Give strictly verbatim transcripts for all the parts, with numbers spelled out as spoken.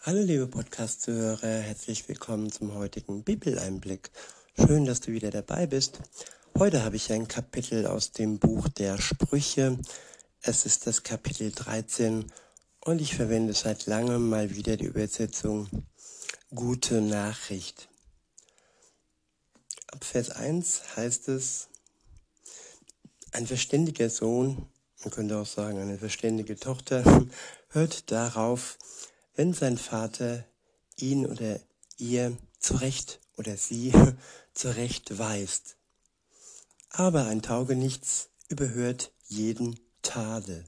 Hallo liebe Podcast-Zuhörer, herzlich willkommen zum heutigen Bibeleinblick. Schön, dass du wieder dabei bist. Heute habe ich ein Kapitel aus dem Buch der Sprüche. Es ist das Kapitel dreizehn und ich verwende seit langem mal wieder die Übersetzung Gute Nachricht. Ab Vers eins heißt es, ein verständiger Sohn, man könnte auch sagen eine verständige Tochter, hört darauf, wenn sein Vater ihn oder ihr zurecht oder sie zurecht weist. Aber ein Taugenichts überhört jeden Tadel.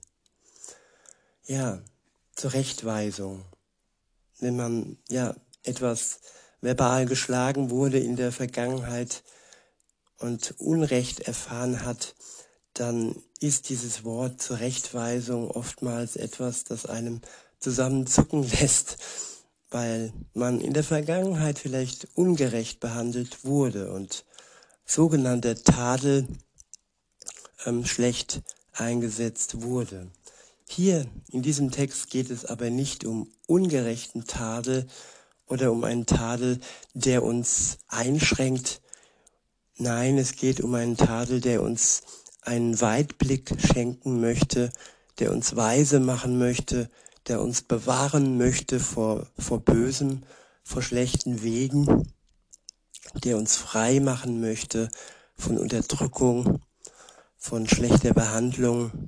Ja, Zurechtweisung. Wenn man ja etwas verbal geschlagen wurde in der Vergangenheit und Unrecht erfahren hat, dann ist dieses Wort Zurechtweisung oftmals etwas, das einem zusammenzucken lässt, weil man in der Vergangenheit vielleicht ungerecht behandelt wurde und sogenannter Tadel ähm, schlecht eingesetzt wurde. Hier in diesem Text geht es aber nicht um ungerechten Tadel oder um einen Tadel, der uns einschränkt. Nein, es geht um einen Tadel, der uns einen Weitblick schenken möchte, der uns weise machen möchte, der uns bewahren möchte vor, vor Bösem, vor schlechten Wegen, der uns frei machen möchte von Unterdrückung, von schlechter Behandlung.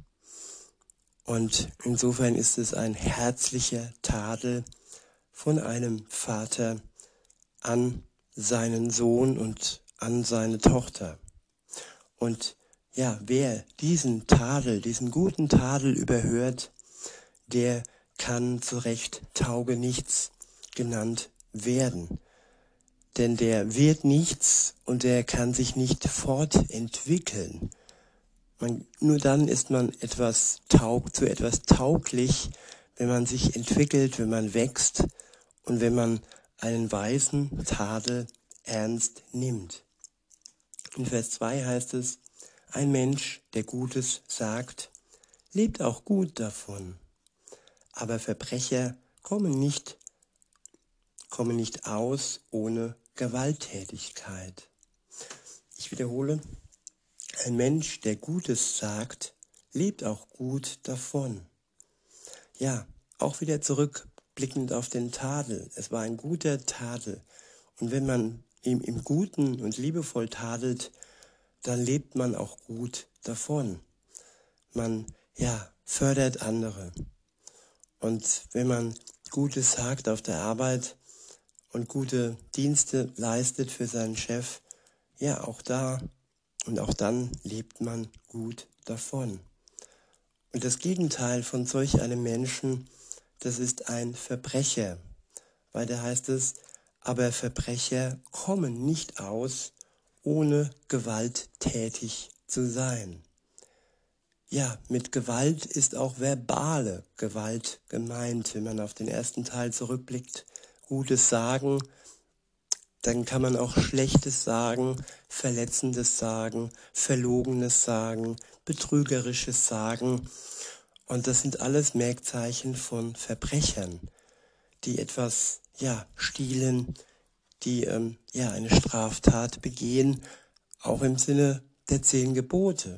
Und insofern ist es ein herzlicher Tadel von einem Vater an seinen Sohn und an seine Tochter. Und ja, wer diesen Tadel, diesen guten Tadel überhört, der kann zu Recht Taugenichts genannt werden. Denn der wird nichts und der kann sich nicht fortentwickeln. Man, nur dann ist man etwas taug, zu etwas tauglich, wenn man sich entwickelt, wenn man wächst und wenn man einen weisen Tadel ernst nimmt. In Vers zwei heißt es, ein Mensch, der Gutes sagt, lebt auch gut davon. Aber Verbrecher kommen nicht, kommen nicht aus ohne Gewalttätigkeit. Ich wiederhole, ein Mensch, der Gutes sagt, lebt auch gut davon. Ja, auch wieder zurückblickend auf den Tadel. Es war ein guter Tadel. Und wenn man ihm im Guten und liebevoll tadelt, dann lebt man auch gut davon. Man, ja, fördert andere. Und wenn man Gutes sagt auf der Arbeit und gute Dienste leistet für seinen Chef, ja, auch da und auch dann lebt man gut davon. Und das Gegenteil von solch einem Menschen, das ist ein Verbrecher. Weil da heißt es, aber Verbrecher kommen nicht aus, ohne gewalttätig zu sein. Ja, mit Gewalt ist auch verbale Gewalt gemeint. Wenn man auf den ersten Teil zurückblickt, Gutes sagen, dann kann man auch Schlechtes sagen, Verletzendes sagen, Verlogenes sagen, Betrügerisches sagen. Und das sind alles Merkzeichen von Verbrechern, die etwas, ja, stehlen, die, ähm, ja, eine Straftat begehen, auch im Sinne der zehn Gebote.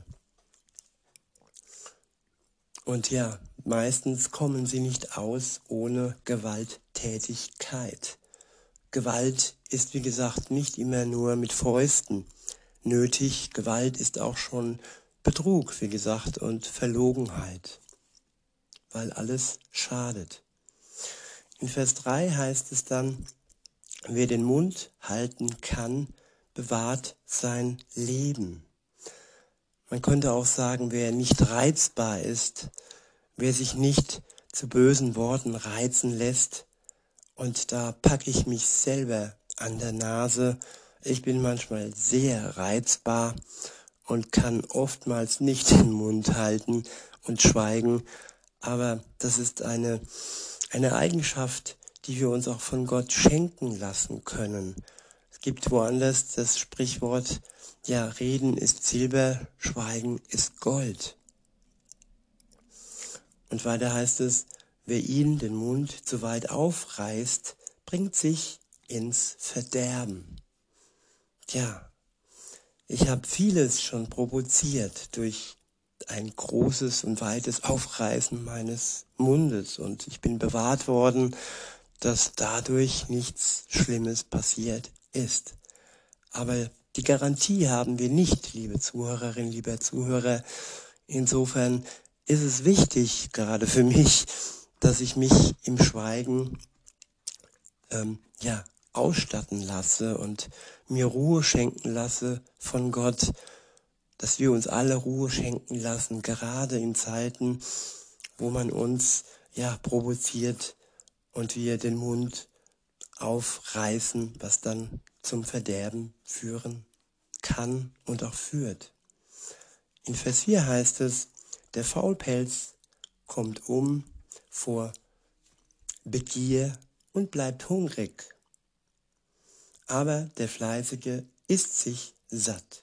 Und ja, meistens kommen sie nicht aus ohne Gewalttätigkeit. Gewalt ist, wie gesagt, nicht immer nur mit Fäusten nötig. Gewalt ist auch schon Betrug, wie gesagt, und Verlogenheit, weil alles schadet. In Vers drei heißt es dann, wer den Mund halten kann, bewahrt sein Leben. Man könnte auch sagen, wer nicht reizbar ist, wer sich nicht zu bösen Worten reizen lässt, und da packe ich mich selber an der Nase. Ich bin manchmal sehr reizbar und kann oftmals nicht den Mund halten und schweigen, aber das ist eine, eine Eigenschaft, die wir uns auch von Gott schenken lassen können. Es gibt woanders das Sprichwort, ja, Reden ist Silber, Schweigen ist Gold. Und weiter heißt es, wer ihn, den Mund, zu weit aufreißt, bringt sich ins Verderben. Tja, ich habe vieles schon provoziert durch ein großes und weites Aufreißen meines Mundes und ich bin bewahrt worden, dass dadurch nichts Schlimmes passiert ist. Aber die Garantie haben wir nicht, liebe Zuhörerinnen, lieber Zuhörer. Insofern ist es wichtig, gerade für mich, dass ich mich im Schweigen ähm, ja, ausstatten lasse und mir Ruhe schenken lasse von Gott, dass wir uns alle Ruhe schenken lassen, gerade in Zeiten, wo man uns ja provoziert und wir den Mund aufreißen, was dann zum Verderben führen kann und auch führt. In Vers vier heißt es, der Faulpelz kommt um vor Begier und bleibt hungrig, aber der Fleißige isst sich satt.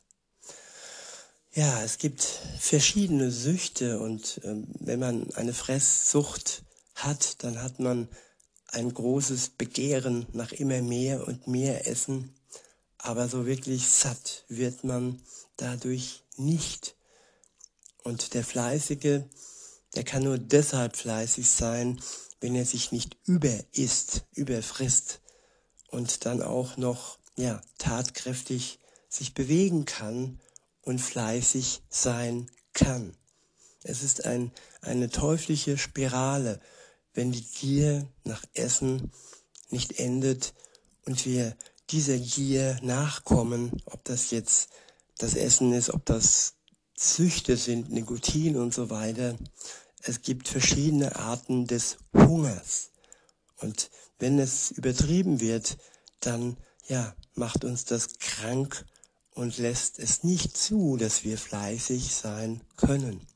Ja, es gibt verschiedene Süchte und ähm, wenn man eine Fresssucht hat, dann hat man ein großes Begehren nach immer mehr und mehr Essen, aber so wirklich satt wird man dadurch nicht. Und der Fleißige, der kann nur deshalb fleißig sein, wenn er sich nicht überisst, überfrisst und dann auch noch ja, tatkräftig sich bewegen kann und fleißig sein kann. Es ist ein, eine teuflische Spirale, wenn die Gier nach Essen nicht endet und wir dieser Gier nachkommen, ob das jetzt das Essen ist, ob das Süchte sind, Nikotin und so weiter. Es gibt verschiedene Arten des Hungers. Und wenn es übertrieben wird, dann ja, macht uns das krank und lässt es nicht zu, dass wir fleißig sein können.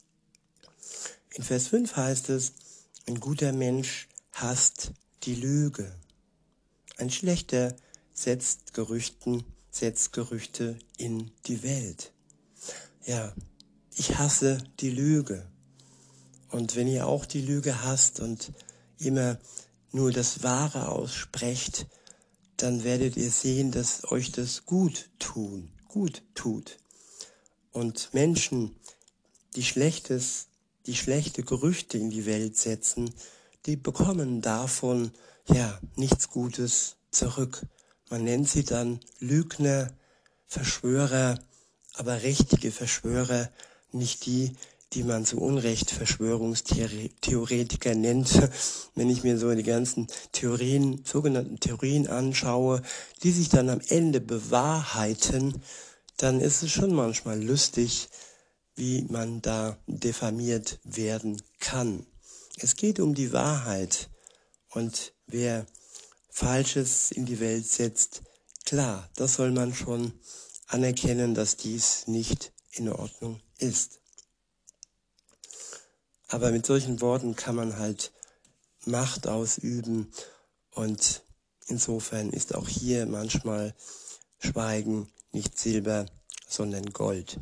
In Vers fünf heißt es, ein guter Mensch hasst die Lüge. Ein schlechter setzt Gerüchten, setzt Gerüchte in die Welt. Ja, ich hasse die Lüge. Und wenn ihr auch die Lüge hasst und immer nur das Wahre aussprecht, dann werdet ihr sehen, dass euch das gut tun, gut tut. Und Menschen, die Schlechtes, die schlechte Gerüchte in die Welt setzen, die bekommen davon ja nichts Gutes zurück. Man nennt sie dann Lügner, Verschwörer, aber richtige Verschwörer, nicht die, die man zu Unrecht Verschwörungstheoretiker nennt. Wenn ich mir so die ganzen Theorien, sogenannten Theorien anschaue, die sich dann am Ende bewahrheiten, dann ist es schon manchmal lustig, wie man da diffamiert werden kann. Es geht um die Wahrheit und wer Falsches in die Welt setzt, klar, das soll man schon anerkennen, dass dies nicht in Ordnung ist. Aber mit solchen Worten kann man halt Macht ausüben und insofern ist auch hier manchmal Schweigen nicht Silber, sondern Gold.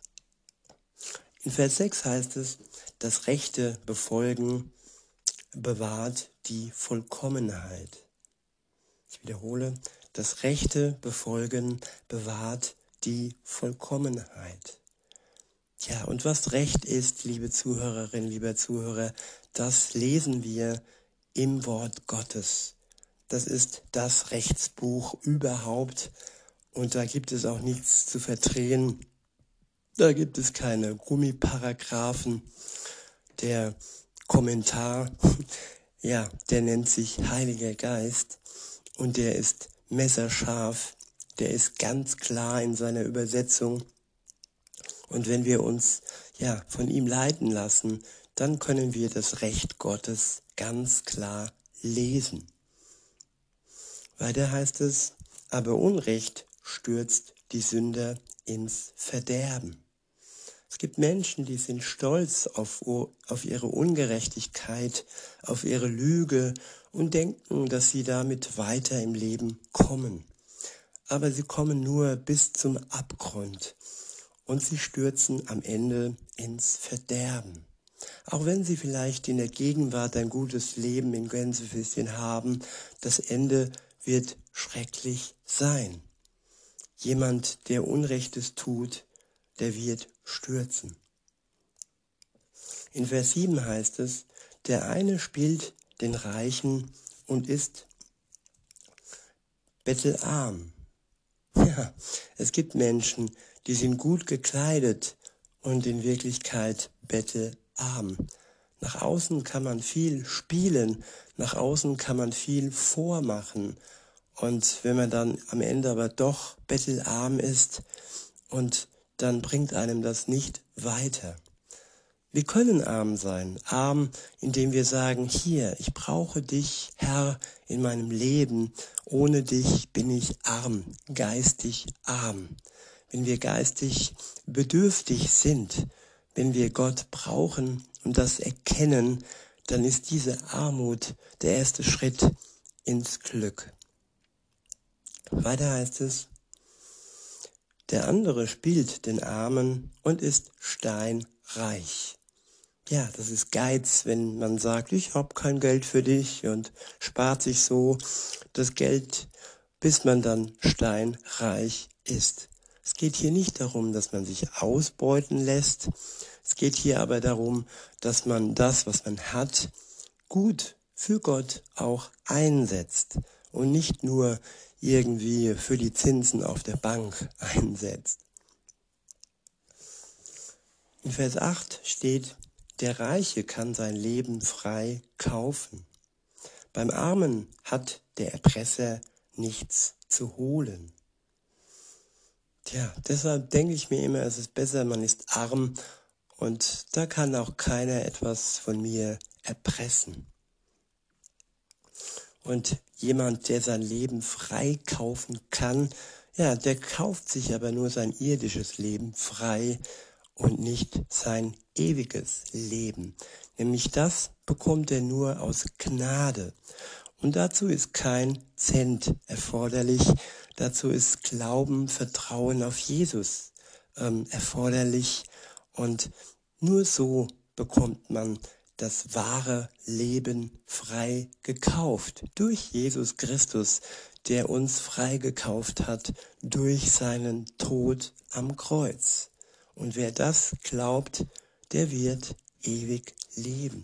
In Vers sechs heißt es, das rechte Befolgen bewahrt die Vollkommenheit. Ich wiederhole, das rechte Befolgen bewahrt die Vollkommenheit. Ja, und was Recht ist, liebe Zuhörerinnen, lieber Zuhörer, das lesen wir im Wort Gottes. Das ist das Rechtsbuch überhaupt und da gibt es auch nichts zu verdrehen. Da gibt es keine Gummiparagraphen. Der Kommentar, ja, der nennt sich Heiliger Geist und der ist messerscharf, der ist ganz klar in seiner Übersetzung. Und wenn wir uns ja von ihm leiten lassen, dann können wir das Recht Gottes ganz klar lesen. Weiter heißt es, aber Unrecht stürzt die Sünder ins Verderben. Es gibt Menschen, die sind stolz auf, auf ihre Ungerechtigkeit, auf ihre Lüge und denken, dass sie damit weiter im Leben kommen. Aber sie kommen nur bis zum Abgrund und sie stürzen am Ende ins Verderben. Auch wenn sie vielleicht in der Gegenwart ein gutes Leben in Gänsefüßchen haben, das Ende wird schrecklich sein. Jemand, der Unrechtes tut, der wird stürzen. In Vers sieben heißt es, der eine spielt den Reichen und ist bettelarm. Ja, es gibt Menschen, die sind gut gekleidet und in Wirklichkeit bettelarm. Nach außen kann man viel spielen, nach außen kann man viel vormachen. Und wenn man dann am Ende aber doch bettelarm ist, und dann bringt einem das nicht weiter. Wir können arm sein, arm, indem wir sagen, hier, ich brauche dich, Herr, in meinem Leben. Ohne dich bin ich arm, geistig arm. Wenn wir geistig bedürftig sind, wenn wir Gott brauchen und das erkennen, dann ist diese Armut der erste Schritt ins Glück. Weiter heißt es, der andere spielt den Armen und ist steinreich. Ja, das ist Geiz, wenn man sagt, ich habe kein Geld für dich und spart sich so das Geld, bis man dann steinreich ist. Es geht hier nicht darum, dass man sich ausbeuten lässt. Es geht hier aber darum, dass man das, was man hat, gut für Gott auch einsetzt und nicht nur irgendwie für die Zinsen auf der Bank einsetzt. In Vers acht steht, der Reiche kann sein Leben frei kaufen. Beim Armen hat der Erpresser nichts zu holen. Tja, deshalb denke ich mir immer, es ist besser, man ist arm und da kann auch keiner etwas von mir erpressen. Und jemand, der sein Leben frei kaufen kann, ja, der kauft sich aber nur sein irdisches Leben frei und nicht sein ewiges Leben. Nämlich das bekommt er nur aus Gnade. Und dazu ist kein Cent erforderlich. Dazu ist Glauben, Vertrauen auf Jesus ähm, erforderlich. Und nur so bekommt man das wahre Leben frei gekauft. Durch Jesus Christus, der uns frei gekauft hat durch seinen Tod am Kreuz. Und wer das glaubt, der wird ewig leben.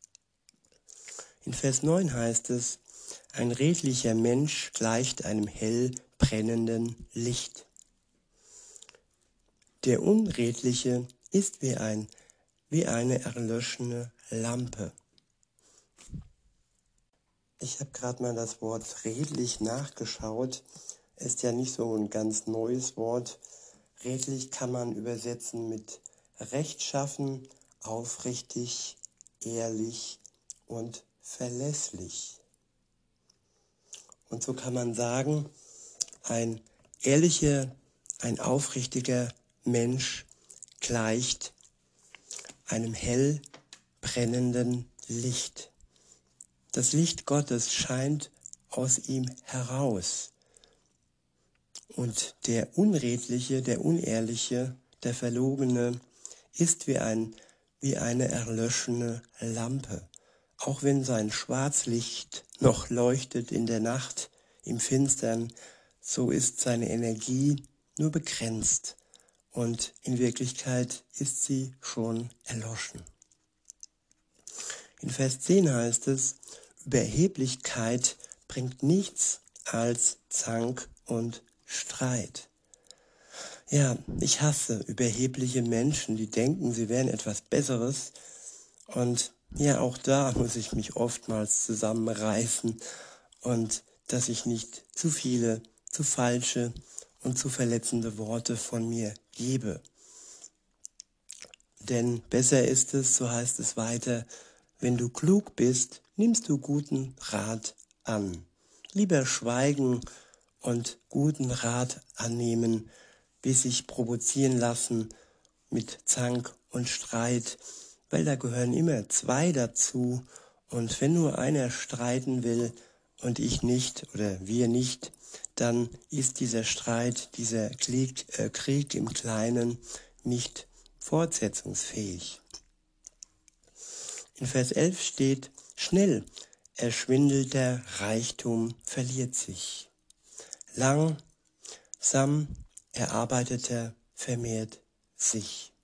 In Vers neun heißt es, ein redlicher Mensch gleicht einem hell brennenden Licht. Der Unredliche ist wie, ein, wie eine erlöschende Lampe. Ich habe gerade mal das Wort redlich nachgeschaut. Ist ja nicht so ein ganz neues Wort. Redlich kann man übersetzen mit rechtschaffen, aufrichtig, ehrlich und verlässlich. Und so kann man sagen, ein ehrlicher, ein aufrichtiger Mensch gleicht einem hell brennenden Licht. Das Licht Gottes scheint aus ihm heraus. Und der Unredliche, der Unehrliche, der Verlogene ist wie, ein, wie eine erlöschende Lampe. Auch wenn sein Schwarzlicht noch leuchtet in der Nacht, im Finstern, so ist seine Energie nur begrenzt und in Wirklichkeit ist sie schon erloschen. In Vers zehn heißt es, Überheblichkeit bringt nichts als Zank und Streit. Ja, ich hasse überhebliche Menschen, die denken, sie wären etwas Besseres. Und ja, auch da muss ich mich oftmals zusammenreißen und dass ich nicht zu viele, zu falsche und zu verletzende Worte von mir gebe. Denn besser ist es, so heißt es weiter, wenn du klug bist, nimmst du guten Rat an. Lieber schweigen und guten Rat annehmen, wie sich provozieren lassen mit Zank und Streit, weil da gehören immer zwei dazu und wenn nur einer streiten will und ich nicht oder wir nicht, dann ist dieser Streit, dieser Krieg, äh, Krieg im Kleinen nicht fortsetzungsfähig. In Vers elf steht, schnell erschwindelter Reichtum verliert sich. Langsam erarbeiteter vermehrt sich.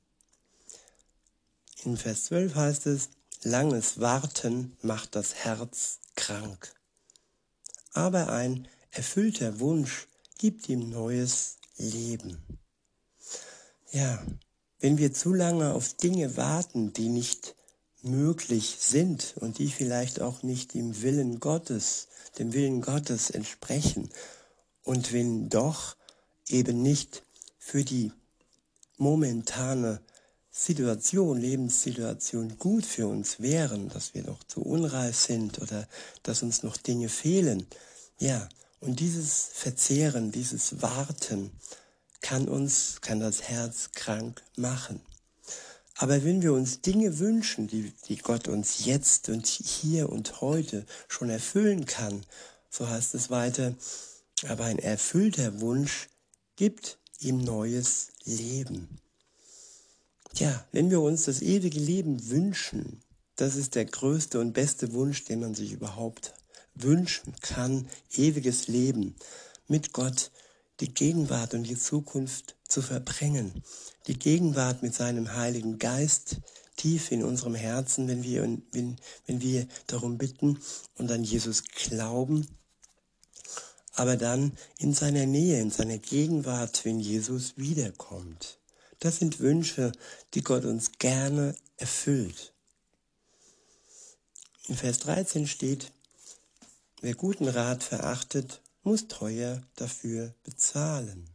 In Vers zwölf heißt es, langes Warten macht das Herz krank. Aber ein erfüllter Wunsch gibt ihm neues Leben. Ja, wenn wir zu lange auf Dinge warten, die nicht möglich sind und die vielleicht auch nicht dem Willen Gottes, dem Willen Gottes entsprechen und wenn doch eben nicht für die momentane Situation, Lebenssituation gut für uns wären, dass wir noch zu unreif sind oder dass uns noch Dinge fehlen. Ja, und dieses Verzehren, dieses Warten kann uns, kann das Herz krank machen. Aber wenn wir uns Dinge wünschen, die, die Gott uns jetzt und hier und heute schon erfüllen kann, so heißt es weiter, aber ein erfüllter Wunsch gibt ihm neues Leben. Ja, wenn wir uns das ewige Leben wünschen, das ist der größte und beste Wunsch, den man sich überhaupt wünschen kann, ewiges Leben mit Gott, die Gegenwart und die Zukunft zu verbringen, die Gegenwart mit seinem Heiligen Geist tief in unserem Herzen, wenn wir, wenn, wenn wir darum bitten und an Jesus glauben, aber dann in seiner Nähe, in seiner Gegenwart, wenn Jesus wiederkommt. Das sind Wünsche, die Gott uns gerne erfüllt. In Vers dreizehn steht, wer guten Rat verachtet, muss teuer dafür bezahlen.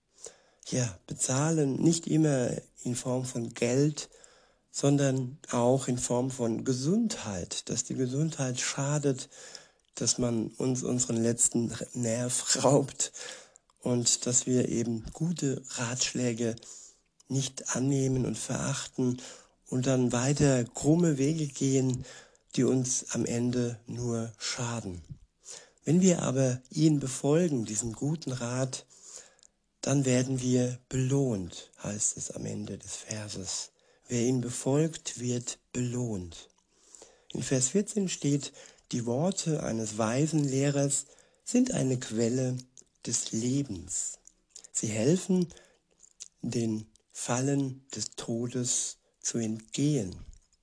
Ja, bezahlen nicht immer in Form von Geld, sondern auch in Form von Gesundheit, dass die Gesundheit schadet, dass man uns unseren letzten Nerv raubt und dass wir eben gute Ratschläge nicht annehmen und verachten und dann weiter krumme Wege gehen, die uns am Ende nur schaden. Wenn wir aber ihn befolgen, diesen guten Rat, dann werden wir belohnt, heißt es am Ende des Verses. Wer ihn befolgt, wird belohnt. In Vers vierzehn steht, die Worte eines weisen Lehrers sind eine Quelle des Lebens. Sie helfen, den Fallen des Todes zu entgehen.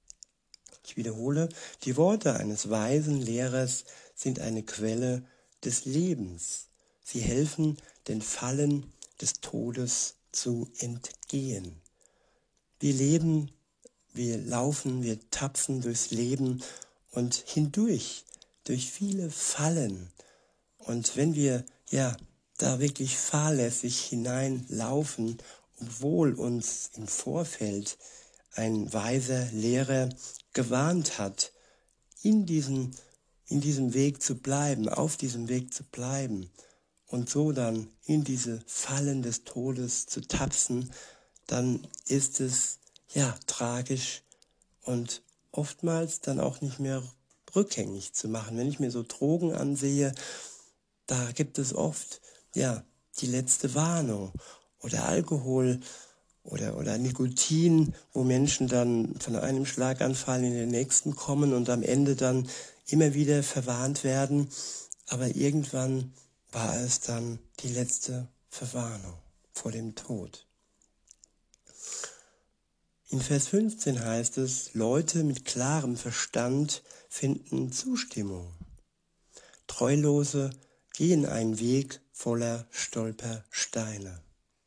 Ich wiederhole, die Worte eines weisen Lehrers sind eine Quelle des Lebens. Sie helfen, den Fallen des Todes zu entgehen. Wir leben, wir laufen, wir tapsen durchs Leben und hindurch, durch viele Fallen. Und wenn wir ja da wirklich fahrlässig hineinlaufen, obwohl uns im Vorfeld ein weiser Lehrer gewarnt hat, in diesem, in diesem Weg zu bleiben, auf diesem Weg zu bleiben und so dann in diese Fallen des Todes zu tapsen, dann ist es ja tragisch und oftmals dann auch nicht mehr rückgängig zu machen. Wenn ich mir so Drogen ansehe, da gibt es oft ja die letzte Warnung oder Alkohol oder, oder Nikotin, wo Menschen dann von einem Schlaganfall in den nächsten kommen und am Ende dann immer wieder verwarnt werden. Aber irgendwann war es dann die letzte Verwarnung vor dem Tod. In Vers fünfzehn heißt es, Leute mit klarem Verstand finden Zustimmung. Treulose gehen einen Weg voller Stolpersteine.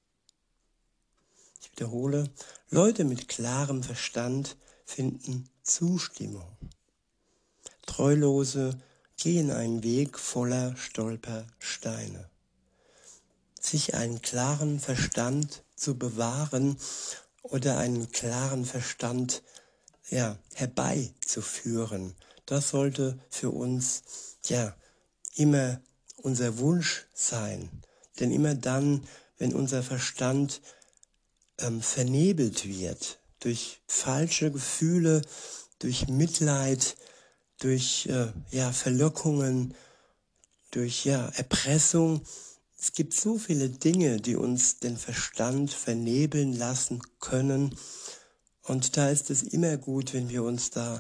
Ich wiederhole, Leute mit klarem Verstand finden Zustimmung. Treulose gehen einen Weg voller Stolpersteine. Sich einen klaren Verstand zu bewahren oder einen klaren Verstand ja, herbeizuführen, das sollte für uns ja immer unser Wunsch sein. Denn immer dann, wenn unser Verstand ähm, vernebelt wird durch falsche Gefühle, durch Mitleid, durch äh, ja, Verlockungen, durch ja, Erpressung. Es gibt so viele Dinge, die uns den Verstand vernebeln lassen können. Und da ist es immer gut, wenn wir uns da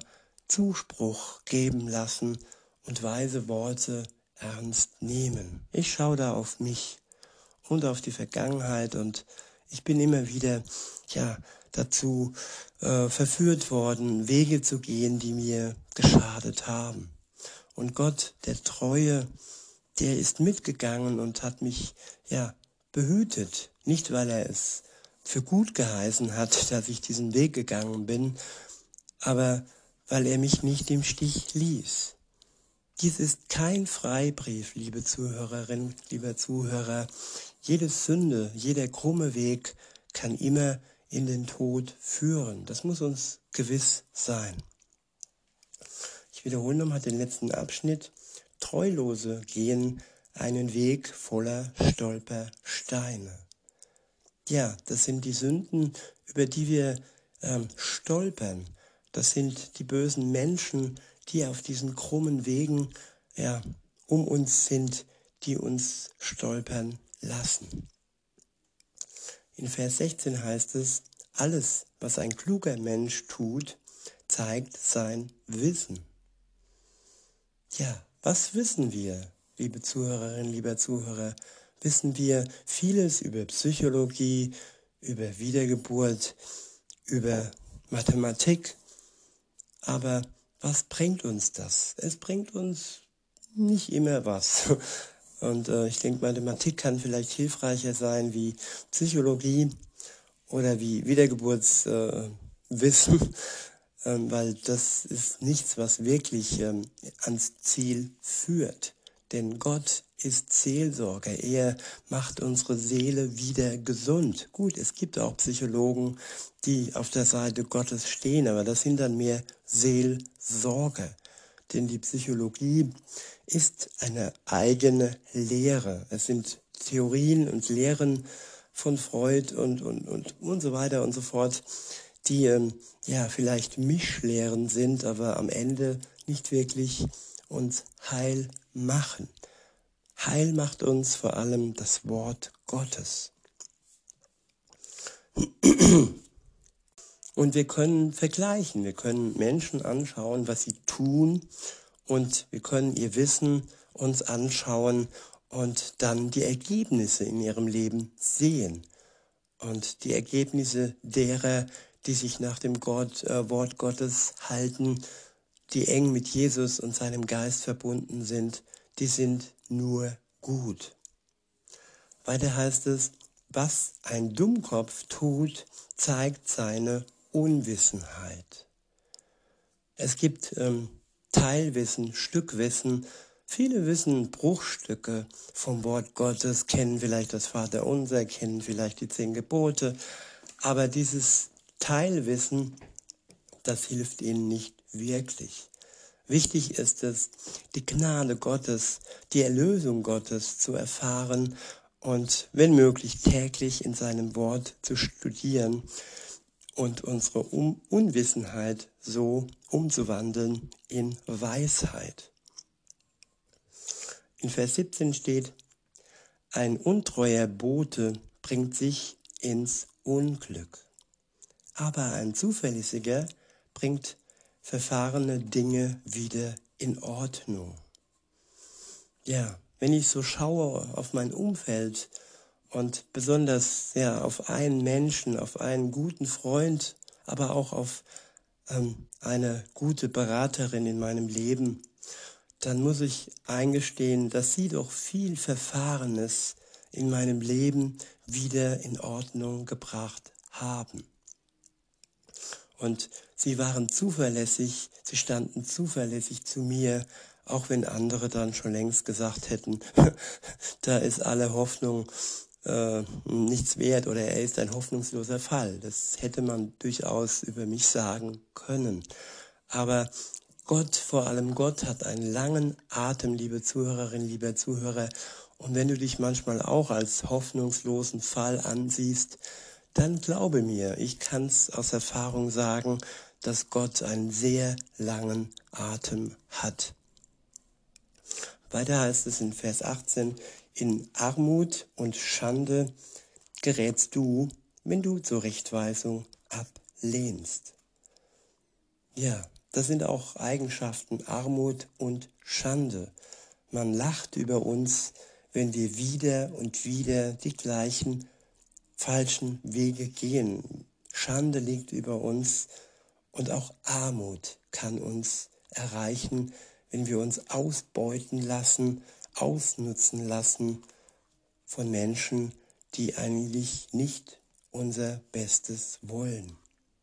Zuspruch geben lassen und weise Worte ernst nehmen. Ich schaue da auf mich und auf die Vergangenheit und ich bin immer wieder ja, dazu äh, verführt worden, Wege zu gehen, die mir geschadet haben. Und Gott, der Treue, der ist mitgegangen und hat mich ja behütet. Nicht, weil er es für gut geheißen hat, dass ich diesen Weg gegangen bin, aber weil er mich nicht im Stich ließ. Dies ist kein Freibrief, liebe Zuhörerin, lieber Zuhörer. Jede Sünde, jeder krumme Weg kann immer in den Tod führen. Das muss uns gewiss sein. Ich wiederhole nochmal den letzten Abschnitt. Treulose gehen einen Weg voller Stolpersteine. Ja, das sind die Sünden, über die wir ähm, stolpern. Das sind die bösen Menschen, die auf diesen krummen Wegen ja, um uns sind, die uns stolpern lassen. In Vers sechzehn heißt es, alles, was ein kluger Mensch tut, zeigt sein Wissen. Ja, was wissen wir, liebe Zuhörerinnen, lieber Zuhörer? Wissen wir vieles über Psychologie, über Wiedergeburt, über Mathematik? Aber was bringt uns das? Es bringt uns nicht immer was. Und äh, ich denke, Mathematik kann vielleicht hilfreicher sein wie Psychologie oder wie Wiedergeburtswissen, äh, ähm, weil das ist nichts, was wirklich ähm, ans Ziel führt. Denn Gott ist Seelsorger. Er macht unsere Seele wieder gesund. Gut, es gibt auch Psychologen, die auf der Seite Gottes stehen, aber das sind dann mehr Seelsorger. Denn die Psychologie ist eine eigene Lehre. Es sind Theorien und Lehren von Freud und, und, und, und so weiter und so fort, die ähm, ja vielleicht Mischlehren sind, aber am Ende nicht wirklich uns heil machen. Heil macht uns vor allem das Wort Gottes. Und wir können vergleichen, wir können Menschen anschauen, was sie tun, und wir können ihr Wissen uns anschauen und dann die Ergebnisse in ihrem Leben sehen. Und die Ergebnisse derer, die sich nach dem Gott, äh, Wort Gottes halten, die eng mit Jesus und seinem Geist verbunden sind, die sind nur gut. Weiter heißt es, was ein Dummkopf tut, zeigt seine Unwissenheit. Es gibt ähm, Teilwissen, Stückwissen. Viele wissen Bruchstücke vom Wort Gottes, kennen vielleicht das Vaterunser, kennen vielleicht die zehn Gebote. Aber dieses Teilwissen, das hilft ihnen nicht wirklich. Wichtig ist es, die Gnade Gottes, die Erlösung Gottes zu erfahren und wenn möglich täglich in seinem Wort zu studieren und unsere um Unwissenheit so umzuwandeln in Weisheit. In Vers siebzehn steht, ein untreuer Bote bringt sich ins Unglück, aber ein zuverlässiger bringt verfahrene Dinge wieder in Ordnung. Ja, wenn ich so schaue auf mein Umfeld und besonders ja, auf einen Menschen, auf einen guten Freund, aber auch auf ähm, eine gute Beraterin in meinem Leben, dann muss ich eingestehen, dass sie doch viel Verfahrenes in meinem Leben wieder in Ordnung gebracht haben. Und sie waren zuverlässig, sie standen zuverlässig zu mir, auch wenn andere dann schon längst gesagt hätten, da ist alle Hoffnung äh, nichts wert oder er ist ein hoffnungsloser Fall. Das hätte man durchaus über mich sagen können. Aber Gott, vor allem Gott, hat einen langen Atem, liebe Zuhörerin, lieber Zuhörer. Und wenn du dich manchmal auch als hoffnungslosen Fall ansiehst, dann glaube mir, ich kann es aus Erfahrung sagen, dass Gott einen sehr langen Atem hat. Weiter heißt es in Vers achtzehn, in Armut und Schande gerätst du, wenn du Zurechtweisung ablehnst. Ja, das sind auch Eigenschaften, Armut und Schande. Man lacht über uns, wenn wir wieder und wieder die gleichen falschen Wege gehen. Schande liegt über uns und auch Armut kann uns erreichen, wenn wir uns ausbeuten lassen, ausnutzen lassen von Menschen, die eigentlich nicht unser Bestes wollen.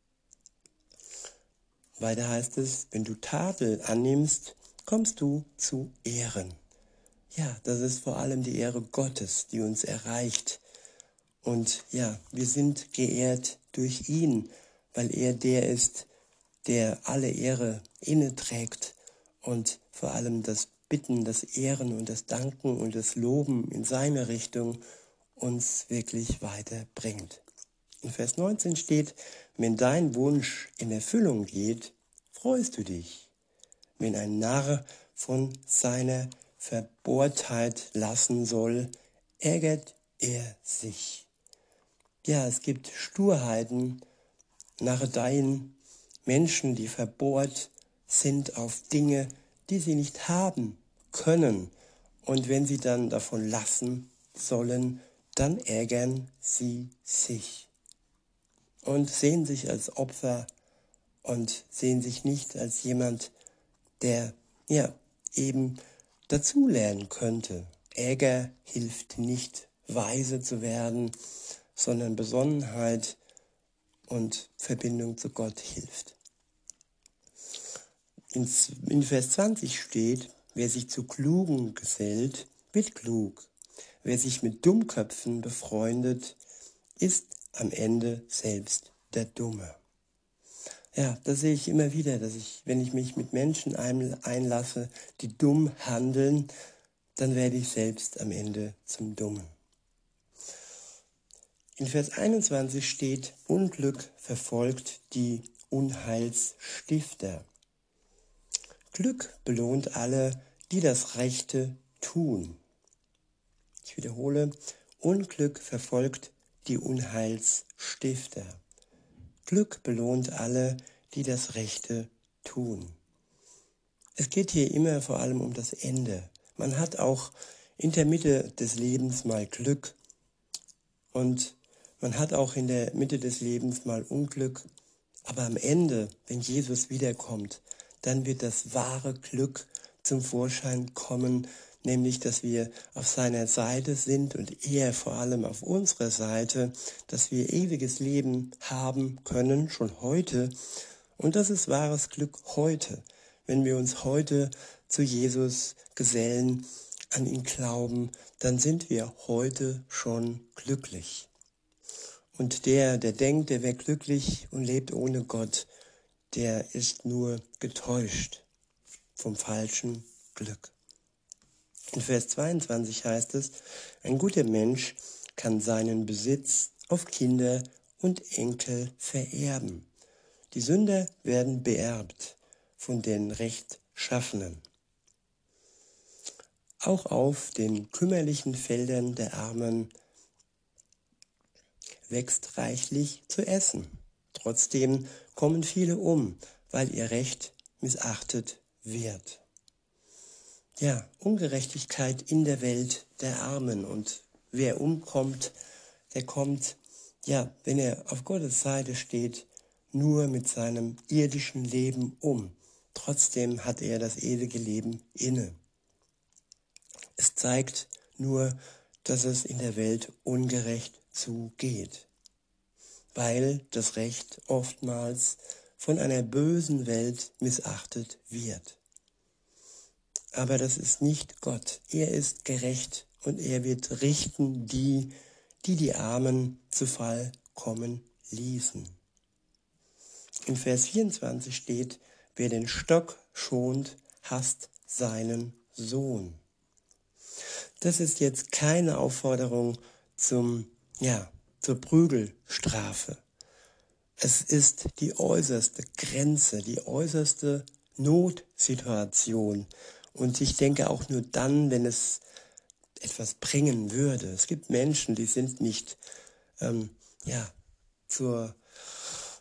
Weiter heißt es, wenn du Tadel annimmst, kommst du zu Ehren. Ja, das ist vor allem die Ehre Gottes, die uns erreicht. Und ja, wir sind geehrt durch ihn, weil er der ist, der alle Ehre inne trägt und vor allem das Bitten, das Ehren und das Danken und das Loben in seine Richtung uns wirklich weiterbringt. In Vers neunzehn steht, wenn dein Wunsch in Erfüllung geht, freust du dich. Wenn ein Narr von seiner Verbohrtheit lassen soll, ärgert er sich. Ja, es gibt Sturheiten, Narredeien, Menschen, die verbohrt sind auf Dinge, die sie nicht haben können. Und wenn sie dann davon lassen sollen, dann ärgern sie sich und sehen sich als Opfer und sehen sich nicht als jemand, der ja eben dazulernen könnte. Ärger hilft nicht, weise zu werden, sondern Besonnenheit und Verbindung zu Gott hilft. In, in Vers zwanzig steht, wer sich zu Klugen gesellt, wird klug. Wer sich mit Dummköpfen befreundet, ist am Ende selbst der Dumme. Ja, das sehe ich immer wieder, dass ich, wenn ich mich mit Menschen einlasse, die dumm handeln, dann werde ich selbst am Ende zum Dummen. In Vers einundzwanzig steht, Unglück verfolgt die Unheilsstifter. Glück belohnt alle, die das Rechte tun. Ich wiederhole, Unglück verfolgt die Unheilsstifter. Glück belohnt alle, die das Rechte tun. Es geht hier immer vor allem um das Ende. Man hat auch in der Mitte des Lebens mal Glück und man hat auch in der Mitte des Lebens mal Unglück. Aber am Ende, wenn Jesus wiederkommt, dann wird das wahre Glück zum Vorschein kommen, nämlich, dass wir auf seiner Seite sind und er vor allem auf unserer Seite, dass wir ewiges Leben haben können, schon heute. Und das ist wahres Glück heute, wenn wir uns heute zu Jesus gesellen, an ihn glauben, dann sind wir heute schon glücklich. Und der, der denkt, der wäre glücklich und lebt ohne Gott, der ist nur getäuscht vom falschen Glück. In Vers zweiundzwanzig heißt es, ein guter Mensch kann seinen Besitz auf Kinder und Enkel vererben. Die Sünder werden beerbt von den Rechtschaffenen. Auch auf den kümmerlichen Feldern der Armen wächst reichlich zu essen. Trotzdem kommen viele um, weil ihr Recht missachtet wird. Ja, Ungerechtigkeit in der Welt der Armen. Und wer umkommt, der kommt, ja, wenn er auf Gottes Seite steht, nur mit seinem irdischen Leben um. Trotzdem hat er das ewige Leben inne. Es zeigt nur, dass es in der Welt ungerecht zugeht, weil das Recht oftmals von einer bösen Welt missachtet wird. Aber das ist nicht Gott. Er ist gerecht und er wird richten die, die die Armen zu Fall kommen ließen. In Vers vierundzwanzig steht, wer den Stock schont, hasst seinen Sohn. Das ist jetzt keine Aufforderung zum, ja, zur Prügelstrafe. Es ist die äußerste Grenze, die äußerste Notsituation. Und ich denke auch nur dann, wenn es etwas bringen würde. Es gibt Menschen, die sind nicht ähm, ja, zur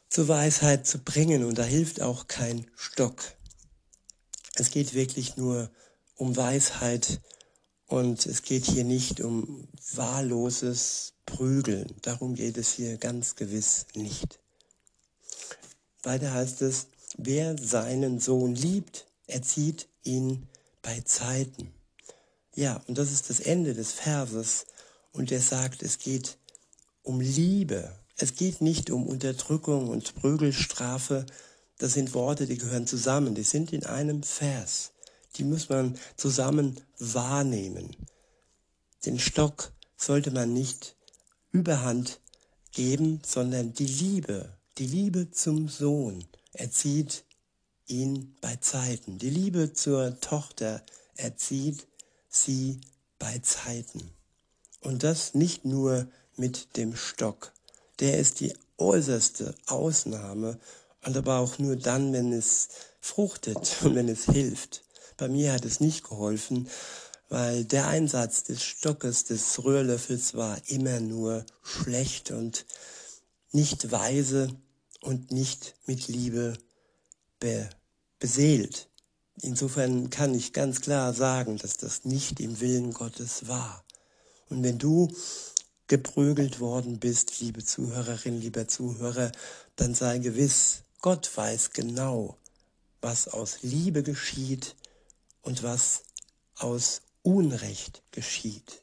zur Weisheit zu bringen. Und da hilft auch kein Stock. Es geht wirklich nur um Weisheit und es geht hier nicht um wahlloses Prügeln. Darum geht es hier ganz gewiss nicht. Weiter heißt es, wer seinen Sohn liebt, erzieht ihn bei Zeiten. Ja, und das ist das Ende des Verses. Und er sagt, es geht um Liebe. Es geht nicht um Unterdrückung und Prügelstrafe. Das sind Worte, die gehören zusammen. Die sind in einem Vers. Die muss man zusammen wahrnehmen. Den Stock sollte man nicht überhand geben, sondern die Liebe, die Liebe zum Sohn erzieht ihn bei Zeiten. Die Liebe zur Tochter erzieht sie bei Zeiten. Und das nicht nur mit dem Stock. Der ist die äußerste Ausnahme, und aber auch nur dann, wenn es fruchtet und wenn es hilft. Bei mir hat es nicht geholfen, weil der Einsatz des Stockes, des Rührlöffels war immer nur schlecht und nicht weise und nicht mit Liebe be- beseelt. Insofern kann ich ganz klar sagen, dass das nicht im Willen Gottes war. Und wenn du geprügelt worden bist, liebe Zuhörerin, lieber Zuhörer, dann sei gewiss, Gott weiß genau, was aus Liebe geschieht und was aus Unrecht geschieht.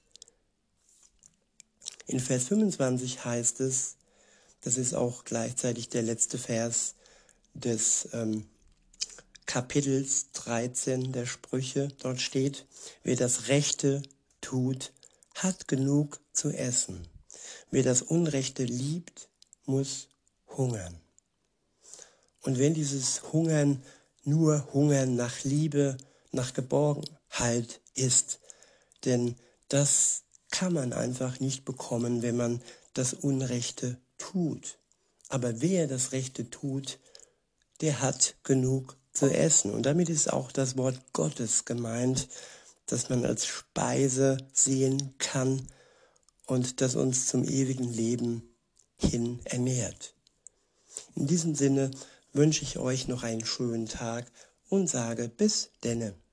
In Vers fünfundzwanzig heißt es, das ist auch gleichzeitig der letzte Vers des ähm, Kapitels dreizehn der Sprüche. Dort steht, wer das Rechte tut, hat genug zu essen. Wer das Unrechte liebt, muss hungern. Und wenn dieses Hungern nur Hungern nach Liebe, nach Geborgenheit ist, denn das kann man einfach nicht bekommen, wenn man das Unrechte tut. Aber wer das Rechte tut, der hat genug zu essen. Und damit ist auch das Wort Gottes gemeint, das man als Speise sehen kann und das uns zum ewigen Leben hin ernährt. In diesem Sinne wünsche ich euch noch einen schönen Tag und sage bis denne.